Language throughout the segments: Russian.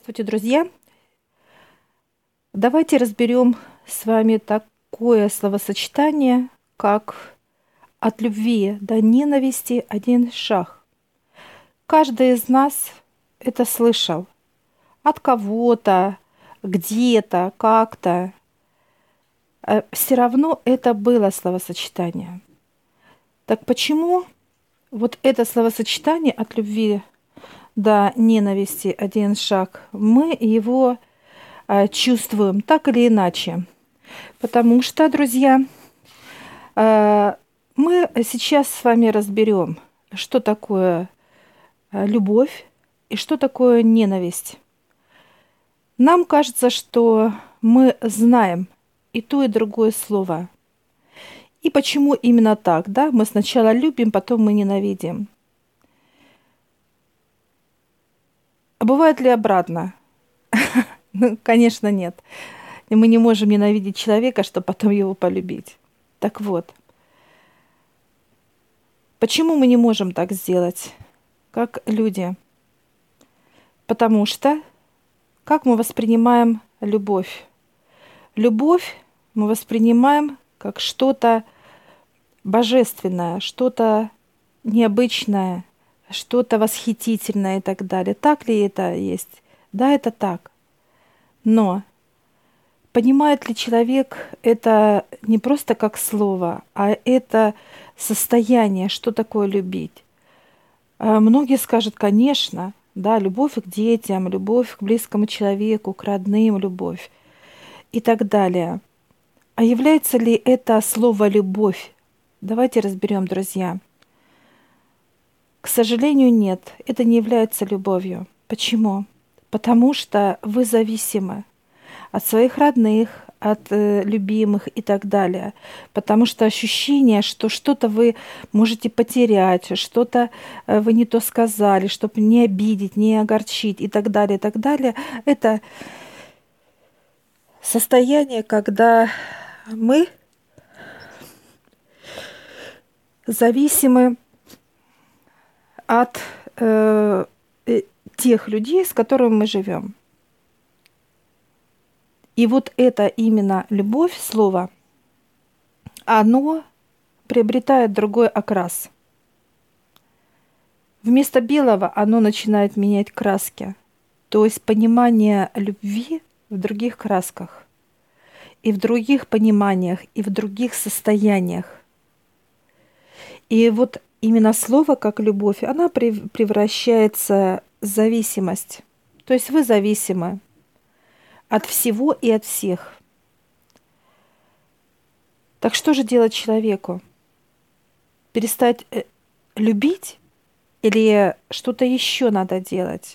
Здравствуйте, друзья! Давайте разберем с вами такое словосочетание, как «от любви до ненависти один шаг». Каждый из нас это слышал от кого-то, где-то, как-то. Все равно это было словосочетание. Так почему вот это словосочетание «от любви до ненависти один шаг» мы его чувствуем так или иначе? Потому что, друзья, мы сейчас с вами разберем, что такое любовь и что такое ненависть. Нам кажется, что мы знаем и то, и другое слово. И почему именно так, да? Мы сначала любим, потом мы ненавидим. А бывает ли обратно? Ну, конечно, нет. И мы не можем ненавидеть человека, чтобы потом его полюбить. Так вот, почему мы не можем так сделать, как люди? Потому что как мы воспринимаем любовь? Любовь мы воспринимаем как что-то божественное, что-то необычное, что-то восхитительное и так далее. Так ли это есть? Да, это так. Но понимает ли человек это не просто как слово, а это состояние, что такое любить? Многие скажут, конечно, да, любовь к детям, любовь к близкому человеку, к родным, любовь и так далее. А является ли это слово «любовь»? Давайте разберем, друзья. К сожалению, нет, это не является любовью. Почему? Потому что вы зависимы от своих родных, от любимых и так далее. Потому что ощущение, что что-то вы можете потерять, что-то вы не то сказали, чтобы не обидеть, не огорчить и так далее, это состояние, когда мы зависимы от тех людей, с которыми мы живем. И вот это именно любовь, слово, оно приобретает другой окрас. Вместо белого оно начинает менять краски. То есть понимание любви в других красках, и в других пониманиях, и в других состояниях. И вот именно слово, как любовь, она превращается в зависимость. То есть вы зависимы от всего и от всех. Так что же делать человеку? Перестать любить или что-то еще надо делать?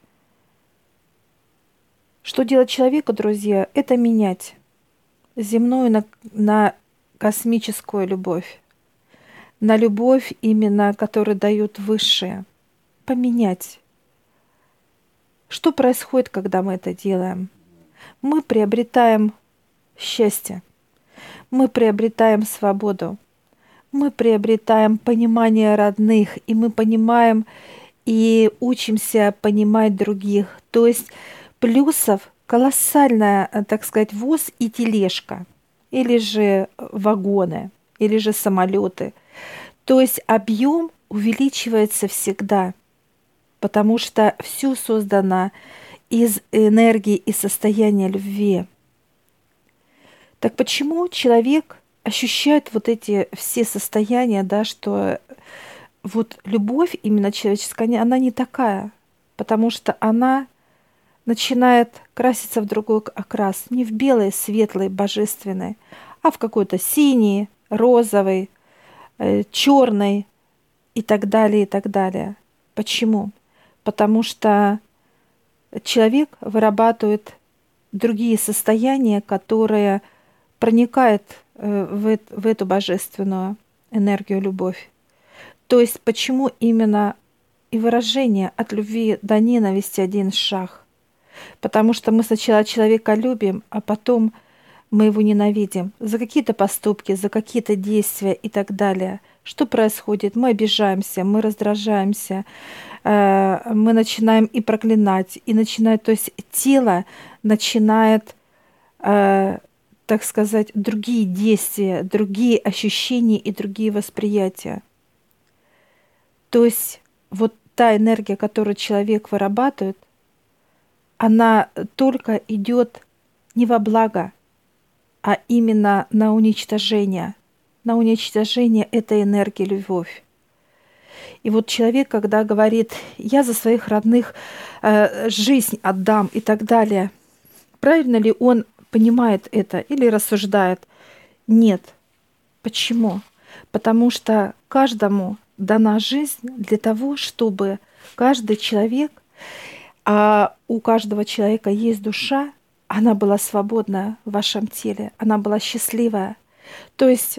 Что делать человеку, друзья? Это менять земную на космическую любовь. На любовь именно, которую дают высшие. Поменять. Что происходит, когда мы это делаем? Мы приобретаем счастье, мы приобретаем свободу, мы приобретаем понимание родных, и мы понимаем и учимся понимать других. То есть плюсов колоссальная, так сказать, воз и тележка, или же вагоны, или же самолеты. То есть объем увеличивается всегда, потому что все создано из энергии и состояния любви. Так почему человек ощущает вот эти все состояния, да, что вот любовь именно человеческая, она не такая, потому что она начинает краситься в другой окрас, не в белый, светлый, божественный, а в какой-то синий, розовый, черный и так далее, и так далее. Почему? Потому что человек вырабатывает другие состояния, которые проникают в эту божественную энергию, любовь. То есть почему именно и выражение «от любви до ненависти один шаг»? Потому что мы сначала человека любим, а потом мы его ненавидим за какие-то поступки, за какие-то действия и так далее. Что происходит? Мы обижаемся, мы раздражаемся, мы начинаем и проклинать, и начинает, то есть тело начинает, так сказать, другие действия, другие ощущения и другие восприятия. То есть вот та энергия, которую человек вырабатывает, она только идет не во благо, а именно на уничтожение этой энергии любовь. И вот человек, когда говорит, я за своих родных жизнь отдам и так далее, правильно ли он понимает это или рассуждает? Нет. Почему? Потому что каждому дана жизнь для того, чтобы каждый человек, а у каждого человека есть душа, она была свободна в вашем теле, она была счастливая. То есть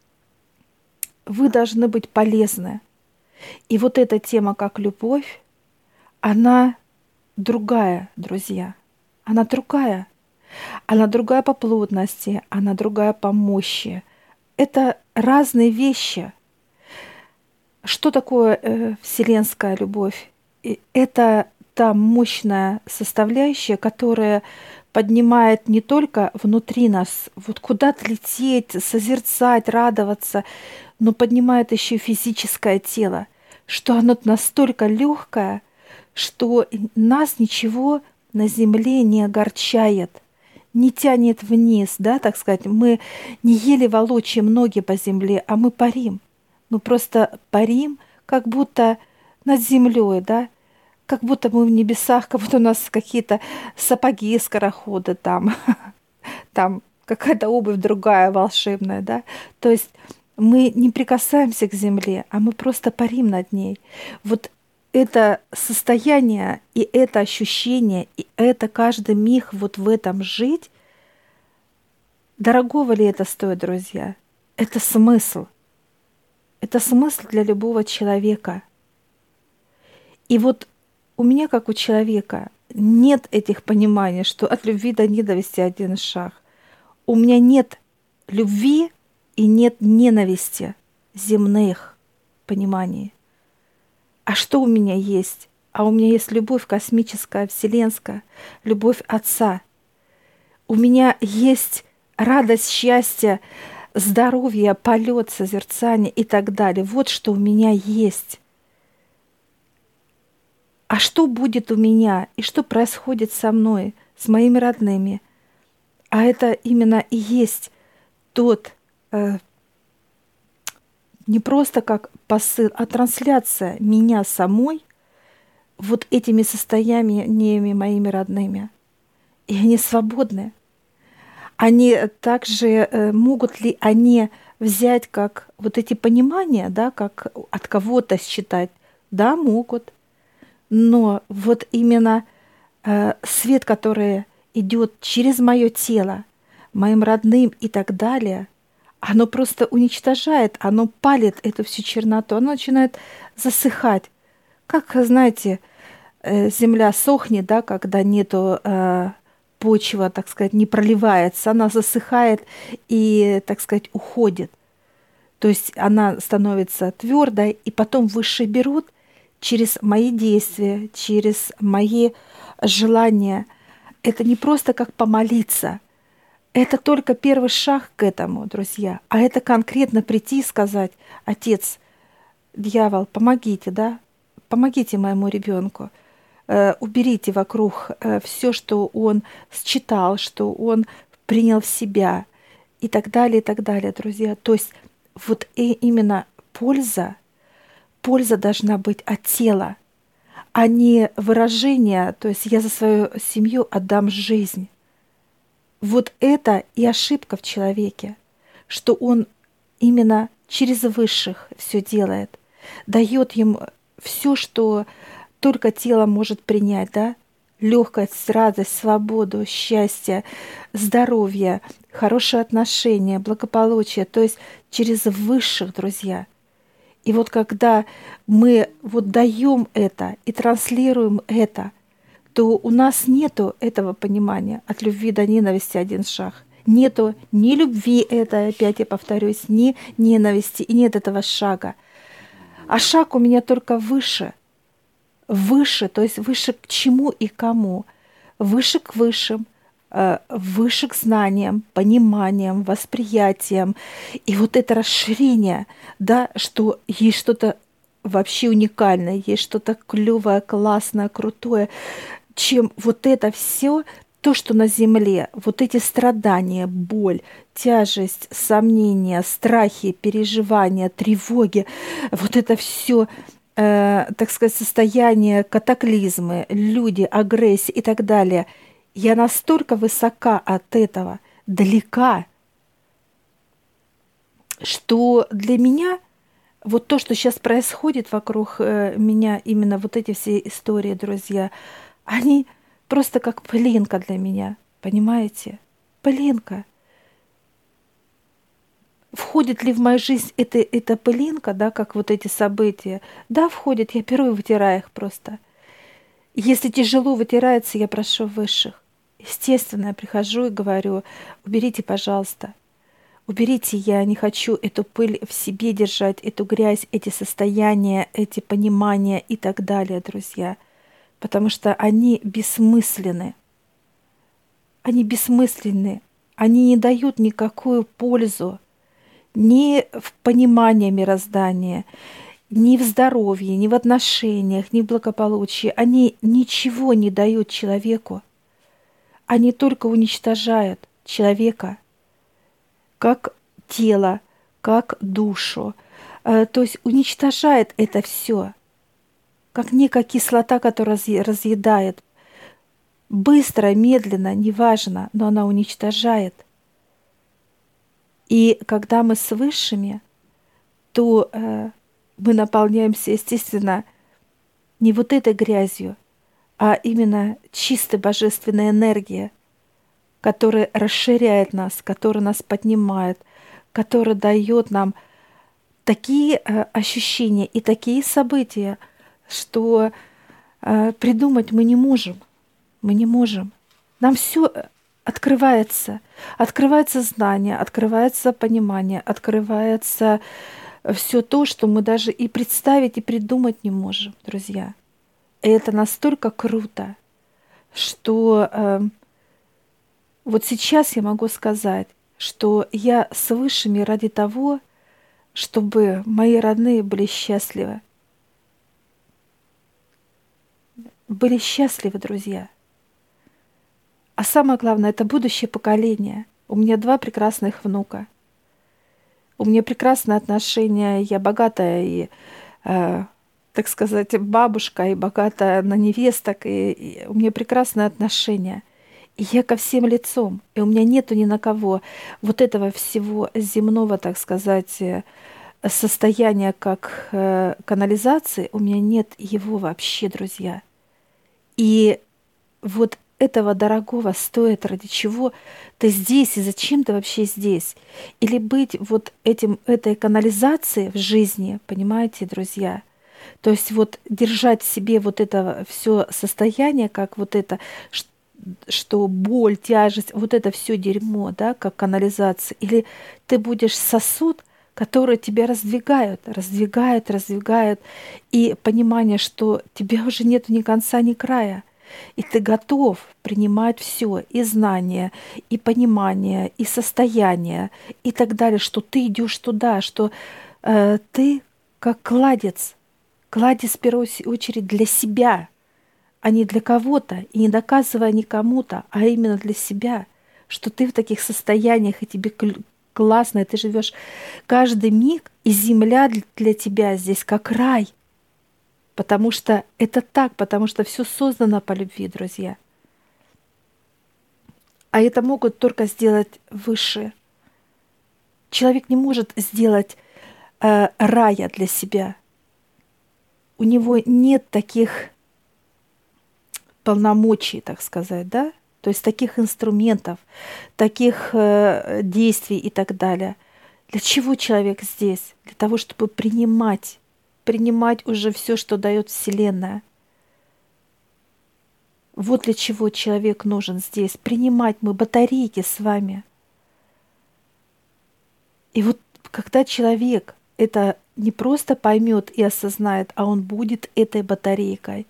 вы должны быть полезны. И вот эта тема, как любовь, она другая, друзья. Она другая. Она другая по плотности, она другая по мощи. Это разные вещи. Что такое вселенская любовь? Это та мощная составляющая, которая поднимает не только внутри нас, вот куда-то лететь, созерцать, радоваться, но поднимает еще и физическое тело, что оно настолько легкое, что нас ничего на земле не огорчает, не тянет вниз, да, так сказать. Мы не еле волочим ноги по земле, а мы парим. Мы просто парим, как будто над землей, да, как будто мы в небесах, как будто у нас какие-то сапоги, скороходы там, там какая-то обувь другая волшебная, да. То есть мы не прикасаемся к земле, а мы просто парим над ней. Вот это состояние и это ощущение, и это каждый миг вот в этом жить, дорогого ли это стоит, друзья? Это смысл. Это смысл для любого человека. И вот у меня, как у человека, нет этих пониманий, что от любви до ненависти один шаг. У меня нет любви и нет ненависти земных пониманий. А что у меня есть? А у меня есть любовь космическая, вселенская, любовь Отца. У меня есть радость, счастье, здоровье, полет, созерцание и так далее. Вот что у меня есть. А что будет у меня и что происходит со мной, с моими родными? А это именно и есть тот, не просто как посыл, а трансляция меня самой вот этими состояниями моими родными. И они свободны. Они также могут ли они взять как вот эти понимания, да, как от кого-то считать? Да, могут. Но вот именно свет, который идет через мое тело, моим родным и так далее, оно просто уничтожает, оно палит эту всю черноту, оно начинает засыхать. Как, знаете, земля сохнет, да, когда нету почва, так сказать, не проливается, она засыхает и, так сказать, уходит. То есть она становится твердой, и потом высшие берут через мои действия, через мои желания. Это не просто как помолиться. Это только первый шаг к этому, друзья. А это конкретно прийти и сказать: Отец, дьявол, помогите, да? Помогите моему ребенку. Уберите вокруг все, что он считал, что он принял в себя, и так далее, друзья. То есть вот именно польза должна быть от тела, а не выражение, то есть я за свою семью отдам жизнь. Вот это и ошибка в человеке, что он именно через высших все делает, дает им все, что только тело может принять, да? Легкость, радость, свободу, счастье, здоровье, хорошие отношения, благополучие, то есть через высших, друзья. И вот когда мы вот даем это и транслируем это, то у нас нету этого понимания от любви до ненависти один шаг. нету ни любви, это опять я повторюсь, ни ненависти, и нет этого шага. А шаг у меня только выше. Выше, то есть выше к чему и кому? Выше к высшим, выше к знаниям, пониманиям, восприятиям. И вот это расширение, да, что есть что-то вообще уникальное, есть что-то клевое, классное, крутое, чем вот это все, то, что на земле, вот эти страдания, боль, тяжесть, сомнения, страхи, переживания, тревоги, вот это все, так сказать, состояние, катаклизмы, люди, агрессия и так далее. Я настолько высока от этого, далека, что для меня вот то, что сейчас происходит вокруг меня, именно вот эти все истории, друзья, они просто как пылинка для меня, понимаете? Пылинка. Входит ли в мою жизнь эта пылинка, да, как вот эти события? Да, входит, я беру и вытираю их просто. Если тяжело вытирается, я прошу высших. Естественно, я прихожу и говорю, уберите, пожалуйста. Уберите, я не хочу эту пыль в себе держать, эту грязь, эти состояния, эти понимания и так далее, друзья. Потому что они бессмысленны. Они бессмысленны. Они не дают никакую пользу ни в понимании мироздания, ни в здоровье, ни в отношениях, ни в благополучии. Они ничего не дают человеку. Они только уничтожают человека как тело, как душу. То есть уничтожает это все, как некая кислота, которая разъедает. Быстро, медленно, неважно, но она уничтожает. И когда мы с высшими, то мы наполняемся, естественно, не вот этой грязью, а именно чистой божественной энергией, которая расширяет нас, которая нас поднимает, которая дает нам такие ощущения и такие события, что придумать мы не можем. Мы не можем. Нам все открывается. Открывается знание, открывается понимание, открывается все то, что мы даже и представить, и придумать не можем, друзья. И это настолько круто, что вот сейчас я могу сказать, что я с высшими ради того, чтобы мои родные были счастливы. Были счастливы, друзья. А самое главное, это будущее поколение. У меня 2 прекрасных внука. У меня прекрасные отношения. Я богатая и, так сказать, бабушка, и богатая на невесток. И у меня прекрасные отношения. И я ко всем лицом. И у меня нету ни на кого вот этого всего земного, так сказать, состояния как канализации. У меня нет его вообще, друзья. И вот этого дорогого стоит, ради чего ты здесь и зачем ты вообще здесь. Или быть вот этой канализацией в жизни, понимаете, друзья? То есть вот держать в себе вот это все состояние, как вот это, что боль, тяжесть, вот это все дерьмо, да, как канализация. Или ты будешь сосуд, который тебя раздвигает, и понимание, что тебя уже нет ни конца, ни края. И ты готов принимать все, и знания, и понимание, и состояние, и так далее, что ты идешь туда, что ты как кладец в первую очередь для себя, а не для кого-то, и не доказывая никому-то, а именно для себя, что ты в таких состояниях, и тебе классно, и ты живешь каждый миг, и земля для тебя здесь как рай. Потому что это так, потому что все создано по любви, друзья. А это могут только сделать высшие. Человек не может сделать рая для себя. У него нет таких полномочий, так сказать, да? То есть таких инструментов, таких действий и так далее. Для чего человек здесь? Для того, чтобы принимать уже все, что дает Вселенная. Вот для чего человек нужен здесь. Принимать мы батарейки с вами. И вот когда человек это не просто поймет и осознает, а он будет этой батарейкой,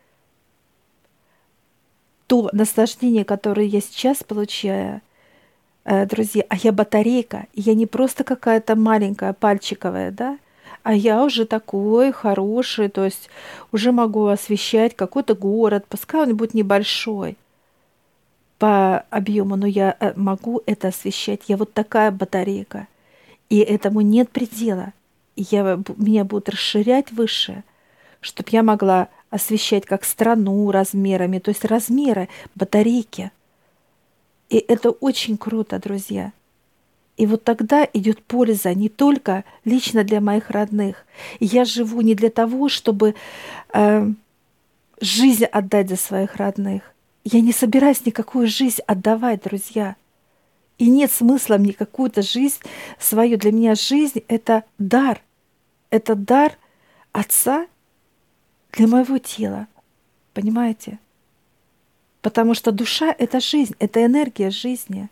то наслаждение, которое я сейчас получаю, друзья, а я батарейка, и я не просто какая-то маленькая пальчиковая, да, а я уже такой хороший, то есть уже могу освещать какой-то город, пускай он будет небольшой по объему, но я могу это освещать. Я вот такая батарейка, и этому нет предела. И меня будут расширять выше, чтобы я могла освещать как страну размерами, то есть размеры батарейки. И это очень круто, друзья. И вот тогда идет польза не только лично для моих родных. И я живу не для того, чтобы жизнь отдать за своих родных. Я не собираюсь никакую жизнь отдавать, друзья. И нет смысла мне какую-то жизнь свою. Для меня жизнь — это дар. Это дар Отца для моего тела. Понимаете? Потому что душа — это жизнь, это энергия жизни.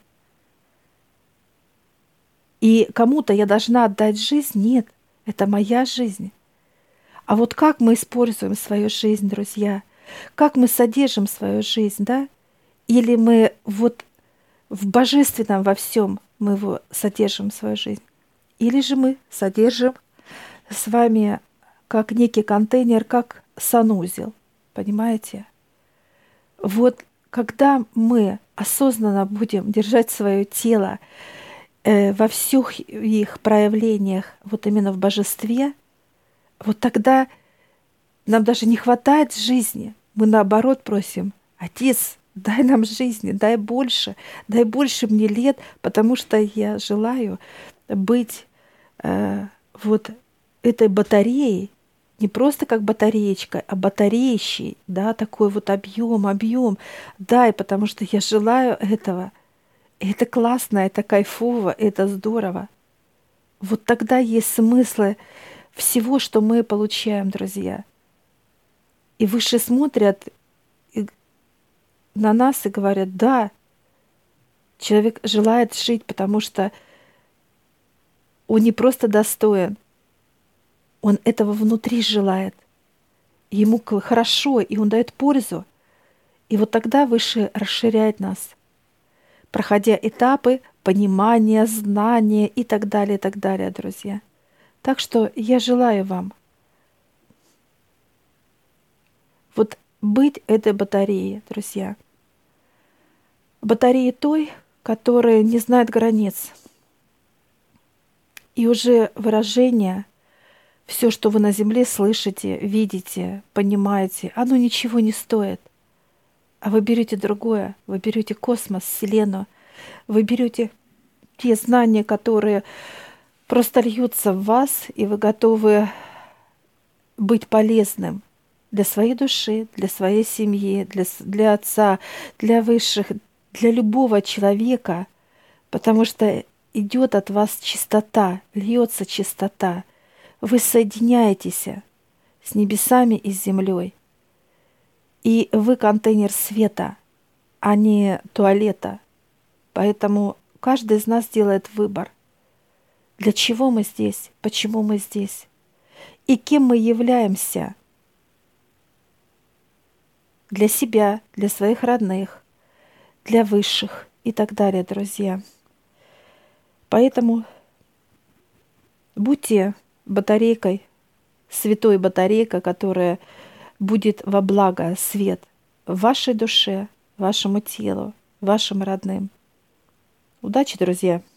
И кому-то я должна отдать жизнь? Нет, это моя жизнь. А вот как мы используем свою жизнь, друзья? Как мы содержим свою жизнь, да? Или мы вот в божественном во всем мы его содержим свою жизнь? Или же мы содержим с вами как некий контейнер, как санузел, понимаете? Вот когда мы осознанно будем держать свое тело во всех их проявлениях, вот именно в божестве, вот тогда нам даже не хватает жизни. Мы наоборот просим: Отец, дай нам жизни, дай больше мне лет, потому что я желаю быть вот этой батареей, не просто как батареечка, а батареющей, да, такой вот объем, дай, потому что я желаю этого. И это классно, это кайфово, это здорово. Вот тогда есть смысл всего, что мы получаем, друзья. И выше смотрят на нас и говорят: да, человек желает жить, потому что он не просто достоин, он этого внутри желает. Ему хорошо, и он дает пользу. И вот тогда выше расширяет нас, проходя этапы понимания, знания и так далее, друзья. Так что я желаю вам вот быть этой батареей, друзья. Батареей той, которая не знает границ. И уже выражение, все, что вы на земле слышите, видите, понимаете, оно ничего не стоит. А вы берете другое, вы берете космос, Вселенную, вы берете те знания, которые просто льются в вас, и вы готовы быть полезным для своей души, для своей семьи, для отца, для высших, для любого человека, потому что идет от вас чистота, льется чистота. Вы соединяетесь с небесами и с землей. И вы контейнер света, а не туалета. Поэтому каждый из нас делает выбор. Для чего мы здесь? Почему мы здесь? И кем мы являемся? Для себя, для своих родных, для высших и так далее, друзья. Поэтому будьте батарейкой, святой батарейкой, которая будет во благо свет в вашей душе, вашему телу, вашим родным. Удачи, друзья!